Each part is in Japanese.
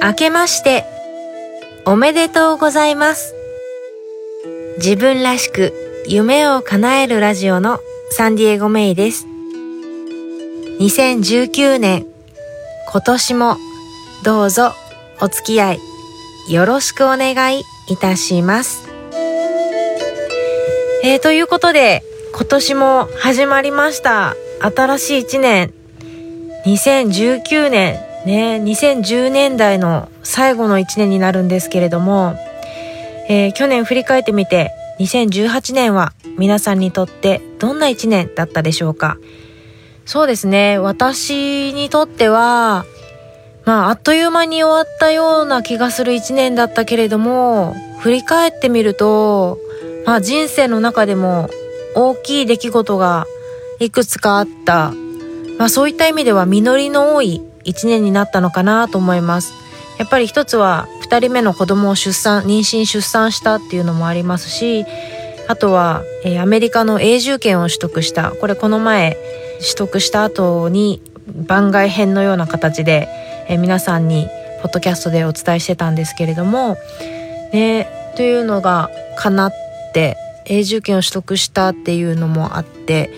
明けましておめでとうございます。自分らしく夢を叶えるラジオのサンディエゴメイです。2019年、今年もどうぞお付き合いよろしくお願いいたします。ということで今年も始まりました。新しい1年、2019年ね、2010年代の最後の1年になるんですけれども、去年振り返ってみて2018年は皆さんにとってどんな1年だったでしょうか。そうですね、私にとってはあっという間に終わったような気がする1年だったけれども、振り返ってみると人生の中でも大きい出来事がいくつかあった、そういった意味では実りの多い1年になったのかなと思います。やっぱり一つは2人目の子供を妊娠出産したっていうのもありますし、あとは、アメリカの永住権を取得した。これこの前取得した後に番外編のような形で、皆さんにポッドキャストでお伝えしてたんですけれども、というのが叶って永住権を取得したっていうのもあって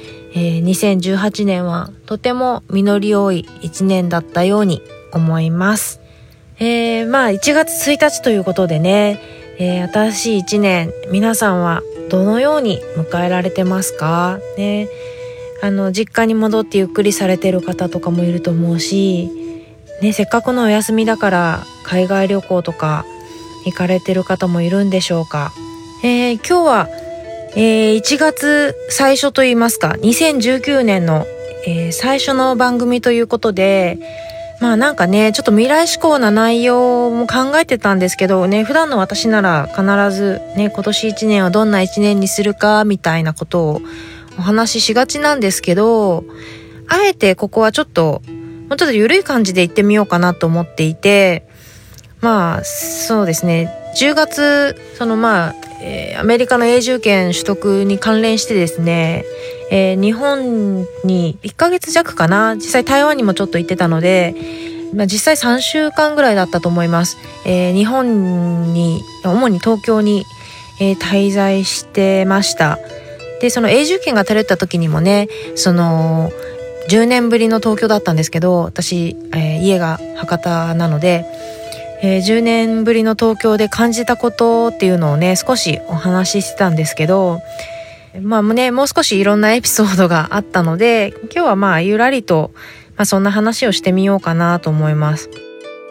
、2018年はとても実り多い1年だったように思います。1月1日ということでね、新しい1年、皆さんはどのように迎えられてますかね。実家に戻ってゆっくりされてる方とかもいると思うし、せっかくのお休みだから海外旅行とか行かれてる方もいるんでしょうか。今日は1月最初といいますか、2019年の、最初の番組ということで、ちょっと未来志向な内容も考えてたんですけどね、普段の私なら必ずね、今年1年をどんな1年にするかみたいなことをお話ししがちなんですけど、あえてここはもうちょっと緩い感じで行ってみようかなと思っていて、そうですね、10月アメリカの永住権取得に関連してですね、日本に1ヶ月弱かな、実際台湾にもちょっと行ってたので、実際3週間ぐらいだったと思います。日本に、主に東京に、滞在してました。で、その永住権が取れた時にもね、10年ぶりの東京だったんですけど、私、家が博多なので、10年ぶりの東京で感じたことっていうのをね、少しお話ししてたんですけど、もう少しいろんなエピソードがあったので、今日はゆらりと、そんな話をしてみようかなと思います。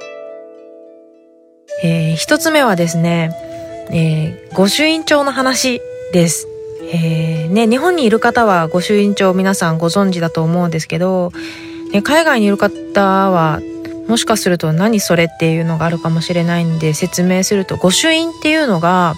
一つ目はですね、御朱印帳の話です。日本にいる方は御朱印帳皆さんご存知だと思うんですけど、海外にいる方はもしかすると何それっていうのがあるかもしれないんで説明すると、御朱印っていうのが、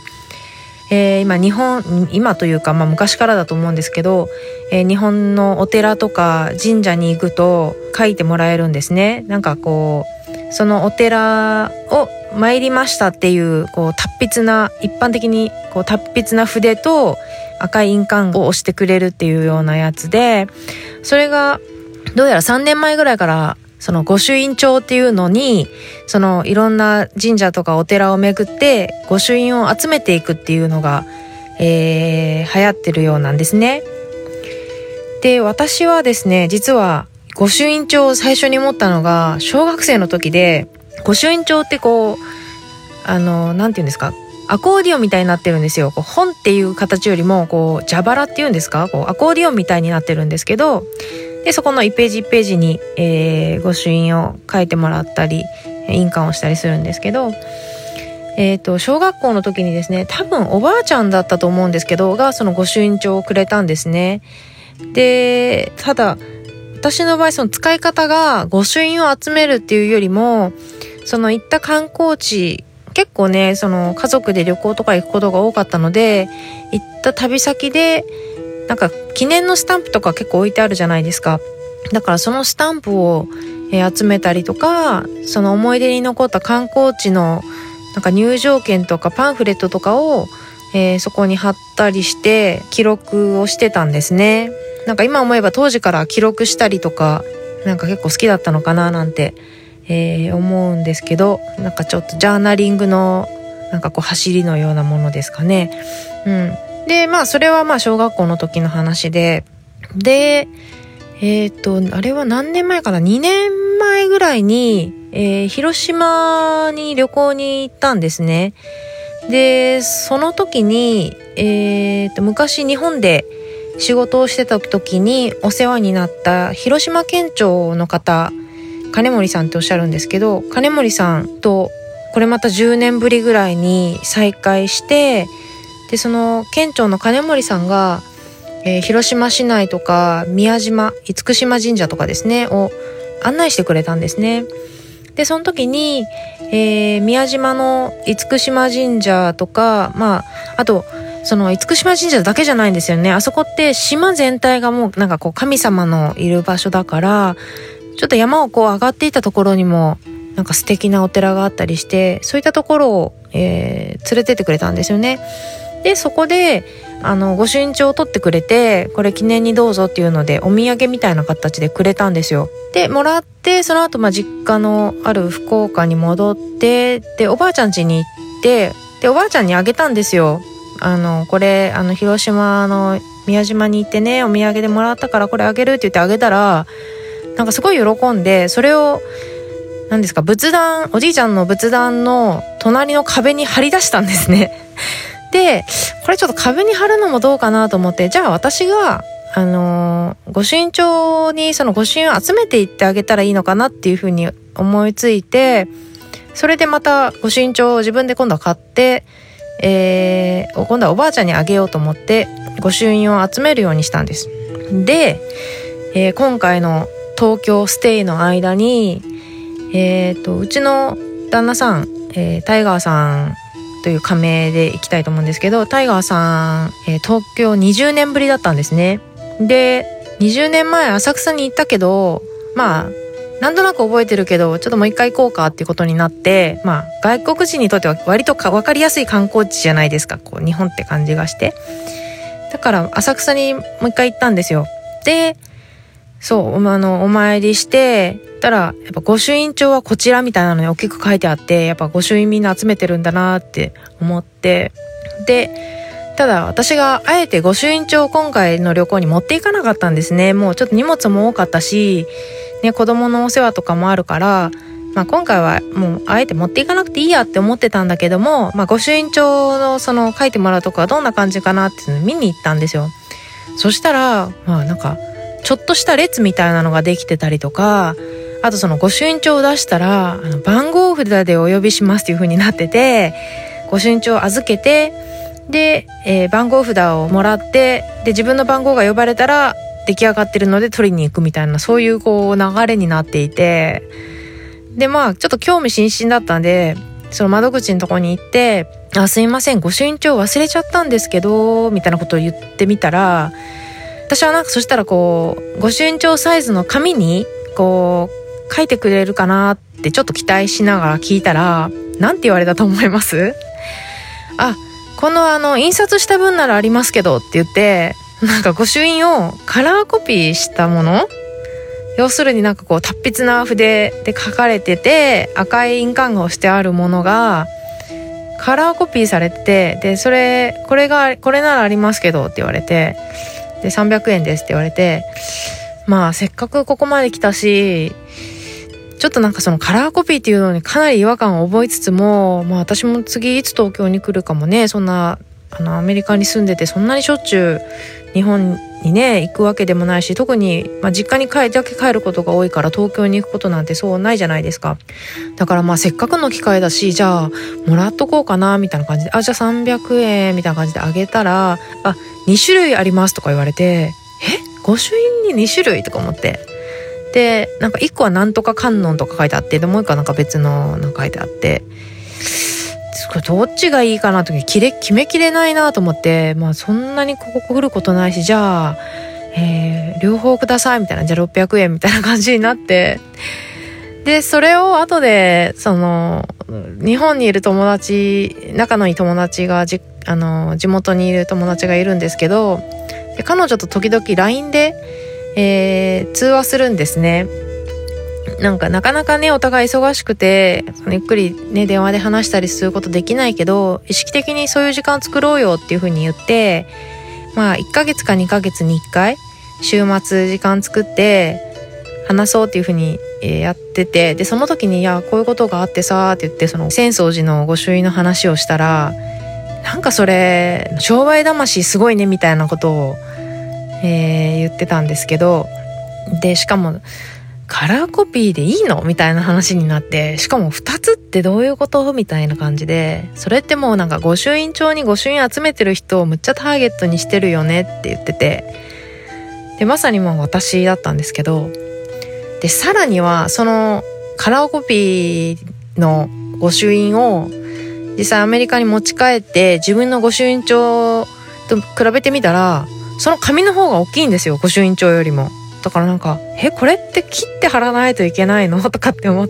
今というか昔からだと思うんですけど、日本のお寺とか神社に行くと書いてもらえるんですね。そのお寺を参りましたっていう一般的に達筆な筆と赤い印鑑を押してくれるっていうようなやつで、それがどうやら3年前ぐらいからその御朱印帳っていうのに、いろんな神社とかお寺を巡って御朱印を集めていくっていうのが、流行ってるようなんですね。で、私はですね、実は御朱印帳を最初に持ったのが小学生の時で、御朱印帳ってなんていうんですか、アコーディオンみたいになってるんですよ。本っていう形よりも蛇腹っていうんですか、アコーディオンみたいになってるんですけど、でそこの1ページ1ページに、御朱印を書いてもらったり印鑑をしたりするんですけど、小学校の時にですね、多分おばあちゃんだったと思うんですけどがその御朱印帳をくれたんですね。で、ただ私の場合その使い方が御朱印を集めるっていうよりも、行った観光地、結構ね家族で旅行とか行くことが多かったので、行った旅先で記念のスタンプとか結構置いてあるじゃないですか。だからそのスタンプを、集めたりとか、その思い出に残った観光地の入場券とかパンフレットとかを、そこに貼ったりして記録をしてたんですね。今思えば当時から記録したりとか結構好きだったのかななんて、 思うんですけど、なんかちょっとジャーナリングのなんかこう走りのようなものですかね。でそれは小学校の時の話で、あれは何年前かな、2年前ぐらいに、広島に旅行に行ったんですね。でその時に、昔日本で仕事をしてた時にお世話になった広島県庁の方、金森さんっておっしゃるんですけど、金森さんとこれまた10年ぶりぐらいに再会して、でその県庁の金森さんが、広島市内とか宮島、厳島神社とかですねを案内してくれたんですね。でその時に、宮島の厳島神社とか、あとその厳島神社だけじゃないんですよね。あそこって島全体がもうなんかこう神様のいる場所だから、ちょっと山をこう上がっていったところにもなんか素敵なお寺があったりして、そういったところを、連れてってくれたんですよね。でそこで御朱印帳を取ってくれて、これ記念にどうぞっていうのでお土産みたいな形でくれたんですよ。でもらって、その後実家のある福岡に戻って、でおばあちゃん家に行って、でおばあちゃんにあげたんですよ。これ広島の宮島に行ってね、お土産でもらったからこれあげるって言ってあげたら、なんかすごい喜んで、それを何ですか、仏壇、おじいちゃんの仏壇の隣の壁に貼り出したんですね。でこれちょっと壁に貼るのもどうかなと思って、じゃあ私が御朱印帳にその御朱印を集めていってあげたらいいのかなっていうふうに思いついて、それでまた御朱印帳を自分で今度は買って、今度はおばあちゃんにあげようと思って御朱印を集めるようにしたんです。で、今回の東京ステイの間に、うちの旦那さん、タイガーさんという仮名でいきたいと思うんですけど、タイガーさん、東京20年ぶりだったんですね。で20年前浅草に行ったけど、なんとなく覚えてるけどちょっともう一回行こうかっていうことになって、外国人にとっては割と分かりやすい観光地じゃないですか、こう日本って感じがして。だから浅草にもう一回行ったんですよ。でそうお参りしてたら、やっぱ御朱印帳はこちらみたいなのに大きく書いてあって、やっぱ御朱印みんな集めてるんだなって思って、でただ私があえて御朱印帳を今回の旅行に持っていかなかったんですね。もうちょっと荷物も多かったし、子供のお世話とかもあるから、今回はもうあえて持っていかなくていいやって思ってたんだけども、御朱印帳のその書いてもらうとこはどんな感じかなっていうのを見に行ったんですよ。そしたらなんかちょっとした列みたいなのができてたりとか、あとその御朱印帳を出したら番号札でお呼びしますっていう風になってて、御朱印帳を預けて、で、番号札をもらって、で自分の番号が呼ばれたら出来上がってるので取りに行くみたいな、そういうこう流れになっていて、でちょっと興味津々だったんで、その窓口のとこに行って、すいません御朱印帳忘れちゃったんですけどみたいなことを言ってみたら、私はなんかそしたらこう御朱印帳サイズの紙にこう書いてくれるかなってちょっと期待しながら聞いたら、なんて言われたと思います？この印刷した分ならありますけどって言って、なんか御朱印をカラーコピーしたもの、要するになんかこう達筆な筆で書かれてて赤い印鑑が押してあるものがカラーコピーされて、でこれならありますけどって言われて、で300円ですって言われて、せっかくここまで来たし、ちょっとなんかそのカラーコピーっていうのにかなり違和感を覚えつつも、私も次いつ東京に来るかもね、そんなアメリカに住んでてそんなにしょっちゅう日本にね行くわけでもないし、特に、実家にだけ帰ることが多いから東京に行くことなんてそうないじゃないですか。だからせっかくの機会だし、じゃあもらっとこうかなみたいな感じで、じゃあ300円みたいな感じであげたら、2種類ありますとか言われて、御朱印に2種類とか思って、でなんか1個はなんとか観音とか書いてあって、でもう1個はなんか別のなんか書いてあって、これどっちがいいかなと決めきれないなと思って、そんなにここ来ることないし、じゃあ、両方くださいみたいな、じゃあ600円みたいな感じになって、でそれを後でその日本にいる友達、仲のいい友達が地元にいる友達がいるんですけど、で彼女と時々 LINE で、通話するんですね。 なんかなかなかねお互い忙しくてゆっくりね電話で話したりすることできないけど、意識的にそういう時間作ろうよっていう風に言って、まあ1ヶ月か2ヶ月に1回週末時間作って話そうっていう風にやってて、でその時にいやこういうことがあってさって言って、その浅草寺の御朱印の話をしたら、なんかそれ商売魂すごいねみたいなことを、言ってたんですけど、でしかもカラーコピーでいいのみたいな話になって、しかも2つってどういうことみたいな感じで、それってもうなんか御朱印帳に御朱印集めてる人をむっちゃターゲットにしてるよねって言ってて、でまさにもう私だったんですけど、でさらにはそのカラーコピーの御朱印を実際アメリカに持ち帰って自分の御朱印帳と比べてみたら、その紙の方が大きいんですよ、御朱印帳よりも。だからなんかこれって切って貼らないといけないのとかって思って、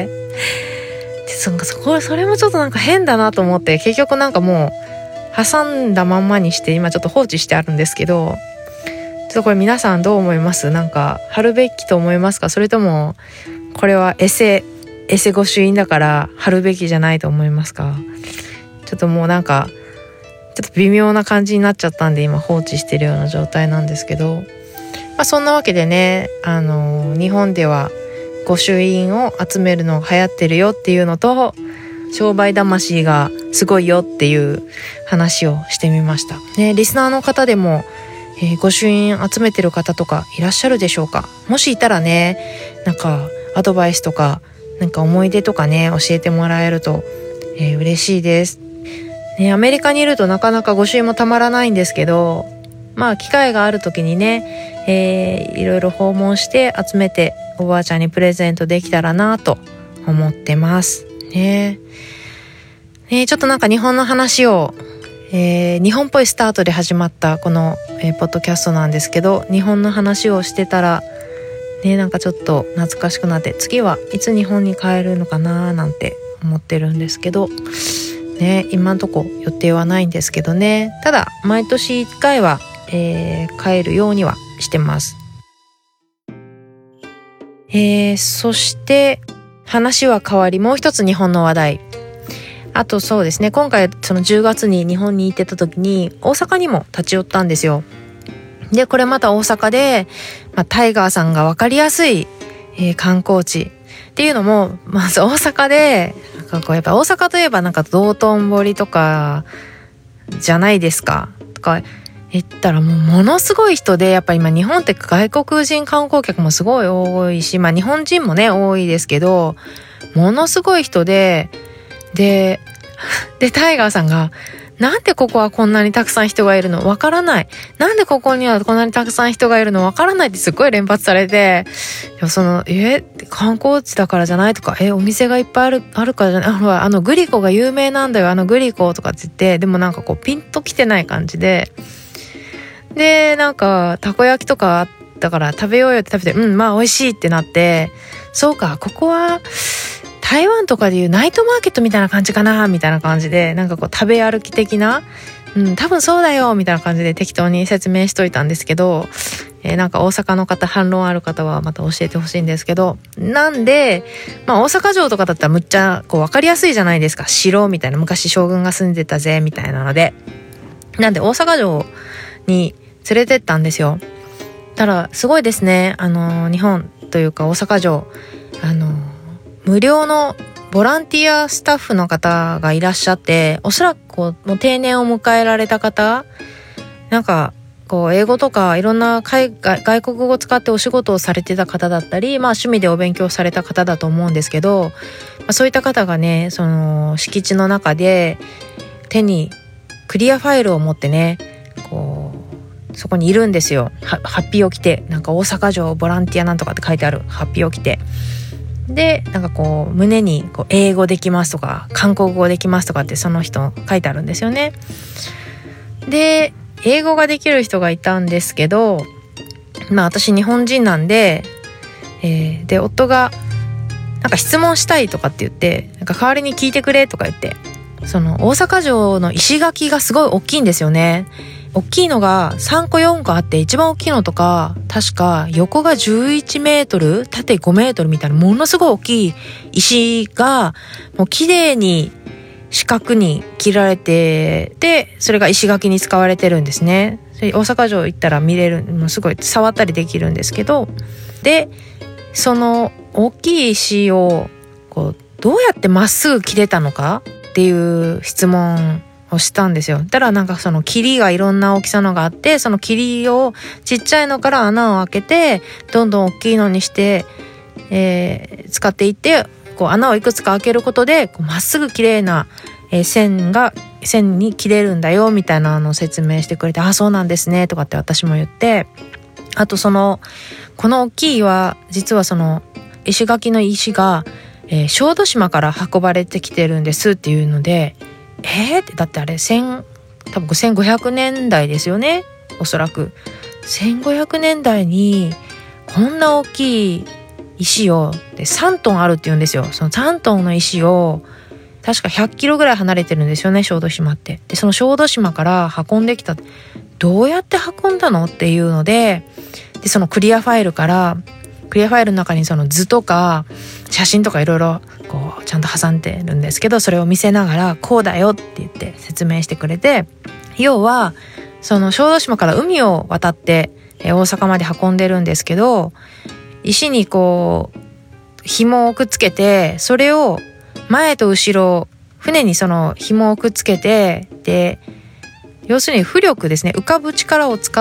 でそれもちょっとなんか変だなと思って、結局なんかもう挟んだまんまにして今ちょっと放置してあるんですけど、ちょっとこれ皆さんどう思います？なんか貼るべきと思いますか？それともこれはエセ御朱印だから貼るべきじゃないと思いますか？ちょっともうなんかちょっと微妙な感じになっちゃったんで今放置してるような状態なんですけど、そんなわけでね、日本では御朱印を集めるのが流行ってるよっていうのと、商売魂がすごいよっていう話をしてみましたね。リスナーの方でも、御朱印集めてる方とかいらっしゃるでしょうか？もしいたらね、なんかアドバイスとかなんか思い出とかね教えてもらえると、嬉しいですね。アメリカにいるとなかなか御朱印もたまらないんですけど、まあ機会がある時にね、いろいろ訪問して集めておばあちゃんにプレゼントできたらなと思ってますね。ちょっとなんか日本の話を、日本っぽいスタートで始まったこの、ポッドキャストなんですけど、日本の話をしてたらね、なんかちょっと懐かしくなって、次はいつ日本に帰るのかななんて思ってるんですけどね、今んとこ予定はないんですけどね。ただ毎年1回は、帰るようにはしてます。そして話は変わり、もう一つ日本の話題。あとそうですね、今回その10月に日本に行ってた時に大阪にも立ち寄ったんですよ。でこれまた大阪で、タイガーさんが分かりやすい、観光地っていうのも、まず大阪でなんかこうやっぱ大阪といえばなんか道頓堀とかじゃないですかとか言ったら、ものすごい人で、やっぱ今日本って外国人観光客もすごい多いし、日本人もね多いですけど、ものすごい人でタイガーさんがなんでここはこんなにたくさん人がいるのわからない。なんでここにはこんなにたくさん人がいるのわからないってすっごい連発されて、観光地だからじゃないとか、お店がいっぱいあるからじゃない、グリコが有名なんだよ、グリコとかって言って、でもなんかこうピンときてない感じで、なんかたこ焼きとかあったから食べようよって食べて、美味しいってなって、そうか、ここは台湾とかでいうナイトマーケットみたいな感じかなみたいな感じで、なんかこう食べ歩き的な、多分そうだよみたいな感じで適当に説明しといたんですけど、なんか大阪の方、反論ある方はまた教えてほしいんですけど、なんで大阪城とかだったらむっちゃこう分かりやすいじゃないですか。城みたいな、昔将軍が住んでたぜみたいなので、なんで大阪城に連れてったんですよ。ただすごいですね、日本というか大阪城、無料のボランティアスタッフの方がいらっしゃって、おそらくこうもう定年を迎えられた方、なんかこう英語とかいろんな外国語を使ってお仕事をされてた方だったり、趣味でお勉強された方だと思うんですけど、そういった方がね、その敷地の中で手にクリアファイルを持ってね、こうそこにいるんですよ。ハッピーを着て、なんか大阪城ボランティアなんとかって書いてあるハッピーを着て、でなんかこう胸にこう英語できますとか韓国語できますとかってその人書いてあるんですよね。で英語ができる人がいたんですけど、私日本人なんで、で夫がなんか質問したいとかって言って、なんか代わりに聞いてくれとか言って、その大阪城の石垣がすごい大きいんですよね。 大きいのが3個4個あって、一番大きいのとか確か横が11メートル縦5メートルみたいなものすごい大きい石がもう綺麗に四角に切られて、でそれが石垣に使われてるんですね。それ大阪城行ったら見れる、もうすごい触ったりできるんですけど、でその大きい石をこうどうやってまっすぐ切れたのかっていう質問をしたんですよ。たらなんかその霧がいろんな大きさのがあって、その霧をちっちゃいのから穴を開けてどんどん大きいのにして、使っていって、こう穴をいくつか開けることでまっすぐ綺麗な、線に切れるんだよみたいなのを説明してくれて、あ、そうなんですねとかって私も言って、あとこの大きい岩、実はその石垣の石が、小豆島から運ばれてきてるんですっていうので、ってだってあれ多分1500年代ですよね、おそらく。1500年代にこんな大きい石をで3トンあるって言うんですよ。その3トンの石を確か100キロぐらい離れてるんですよね、小豆島って。でその小豆島から運んできた、どうやって運んだのっていうので、そのクリアファイルの中にその図とか写真とかいろいろこうちゃんと挟んでるんですけど、それを見せながらこうだよって言って説明してくれて、要はその小豆島から海を渡って大阪まで運んでるんですけど、石にこう紐をくっつけて、それを前と後ろ船にその紐をくっつけて、で要するに浮力ですね、浮かぶ力を使って、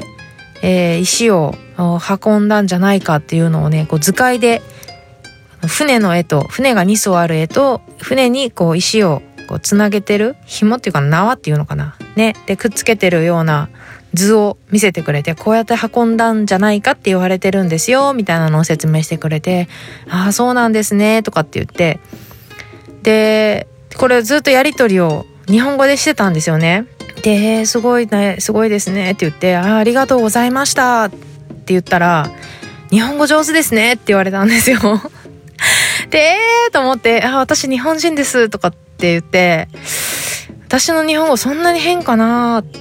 石を運んだんじゃないかっていうのをね、こう図解で船が2艘ある絵と船にこう石をこうつなげてる紐っていうか縄っていうのかなね、でくっつけてるような図を見せてくれて、こうやって運んだんじゃないかって言われてるんですよみたいなのを説明してくれて、ああそうなんですねとかって言って、でこれずっとやり取りを日本語でしてたんですよね。ですごいね、すごいですねって言って、ありがとうございましたって言ったら、日本語上手ですねって言われたんですよでと思って、私日本人ですとかって言って、私の日本語そんなに変かなって、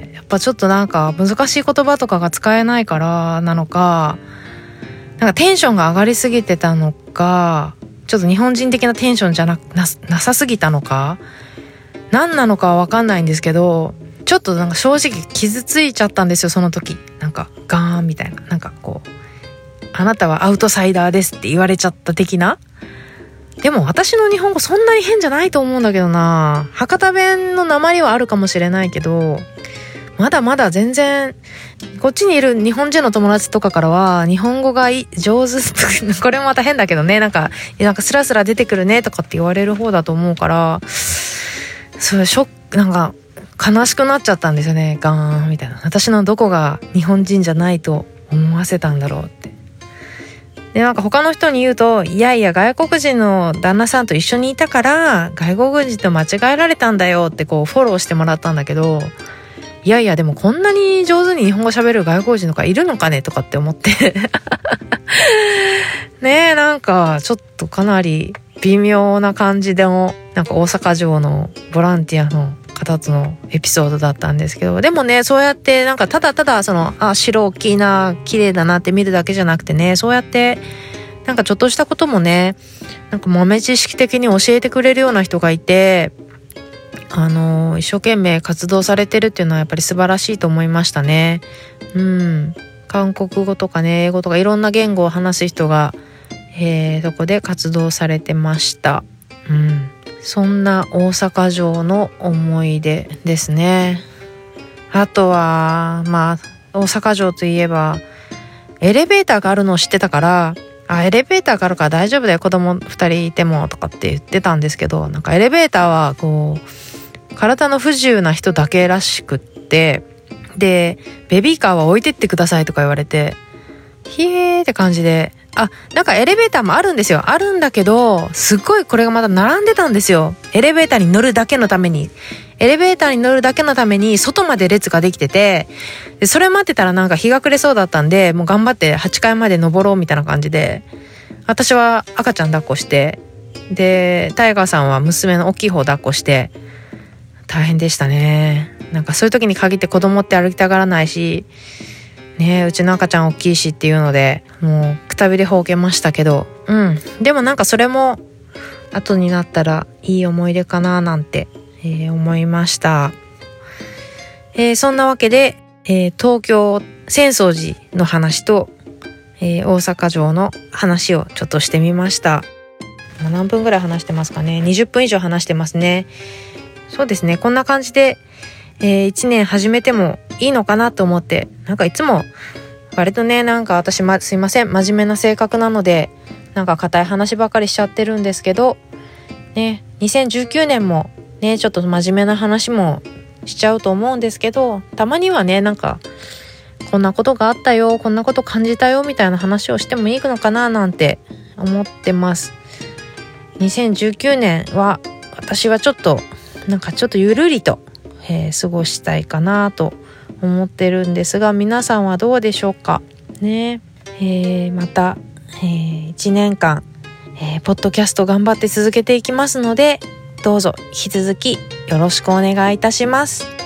やっぱちょっとなんか難しい言葉とかが使えないからなのか、なんかテンションが上がりすぎてたのか、ちょっと日本人的なテンションじゃなさすぎたのか、何なのかは分かんないんですけど、ちょっとなんか正直傷ついちゃったんですよ、その時。なんかガーンみたいな、なんかこう、あなたはアウトサイダーですって言われちゃった的な。でも私の日本語そんなに変じゃないと思うんだけどな。博多弁の訛りはあるかもしれないけど、まだまだ全然こっちにいる日本人の友達とかからは日本語が上手これもまた変だけどね、なんかスラスラ出てくるねとかって言われる方だと思うから、それショック、なんか悲しくなっちゃったんですよね、ガーンみたいな。私のどこが日本人じゃないと思わせたんだろうって。でなんか他の人に言うと、いやいや外国人の旦那さんと一緒にいたから外国人と間違えられたんだよってこうフォローしてもらったんだけど、いやいやでもこんなに上手に日本語喋る外国人とかいるのかねとかって思ってねえ、なんかちょっとかなり微妙な感じでも、なんか大阪城のボランティアの方とのエピソードだったんですけど、でもね、そうやってなんかただただその白大きいな綺麗だなって見るだけじゃなくてね、そうやってなんかちょっとしたこともね、なんか豆知識的に教えてくれるような人がいて、一生懸命活動されてるっていうのはやっぱり素晴らしいと思いましたね。韓国語とかね、英語とかいろんな言語を話す人が、そこで活動されてました。そんな大阪城の思い出ですね。あとは大阪城といえばエレベーターがあるのを知ってたから、エレベーターがあるから大丈夫だよ、子供2人いてもとかって言ってたんですけど、なんかエレベーターはこう体の不自由な人だけらしくって、でベビーカーは置いてってくださいとか言われて、ひえーって感じで、なんかエレベーターもあるんですよ。あるんだけど、すっごいこれがまた並んでたんですよ。エレベーターに乗るだけのために外まで列ができてて、でそれ待ってたらなんか日が暮れそうだったんで、もう頑張って8階まで登ろうみたいな感じで、私は赤ちゃん抱っこして、でタイガーさんは娘の大きい方抱っこして、大変でしたね。 なんかそういう時に限って子供って歩きたがらないしね、うちの赤ちゃん大きいしっていうのでもうくたびれほうけましたけど、でもなんかそれも後になったらいい思い出かななんて、思いました。そんなわけで、東京浅草寺の話と、大阪城の話をちょっとしてみました。何分ぐらい話してますかね。20分以上話してますね。そうですね、こんな感じで、1年始めてもいいのかなと思って、なんかいつも割とね、なんか私すいません、真面目な性格なのでなんか硬い話ばかりしちゃってるんですけどね、2019年もねちょっと真面目な話もしちゃうと思うんですけど、たまにはね、なんかこんなことがあったよ、こんなこと感じたよみたいな話をしてもいいのかななんて思ってます。2019年は私はちょっとゆるりと、過ごしたいかなと思ってるんですが、皆さんはどうでしょうかね。また、1年間、ポッドキャスト頑張って続けていきますので、どうぞ引き続きよろしくお願いいたします。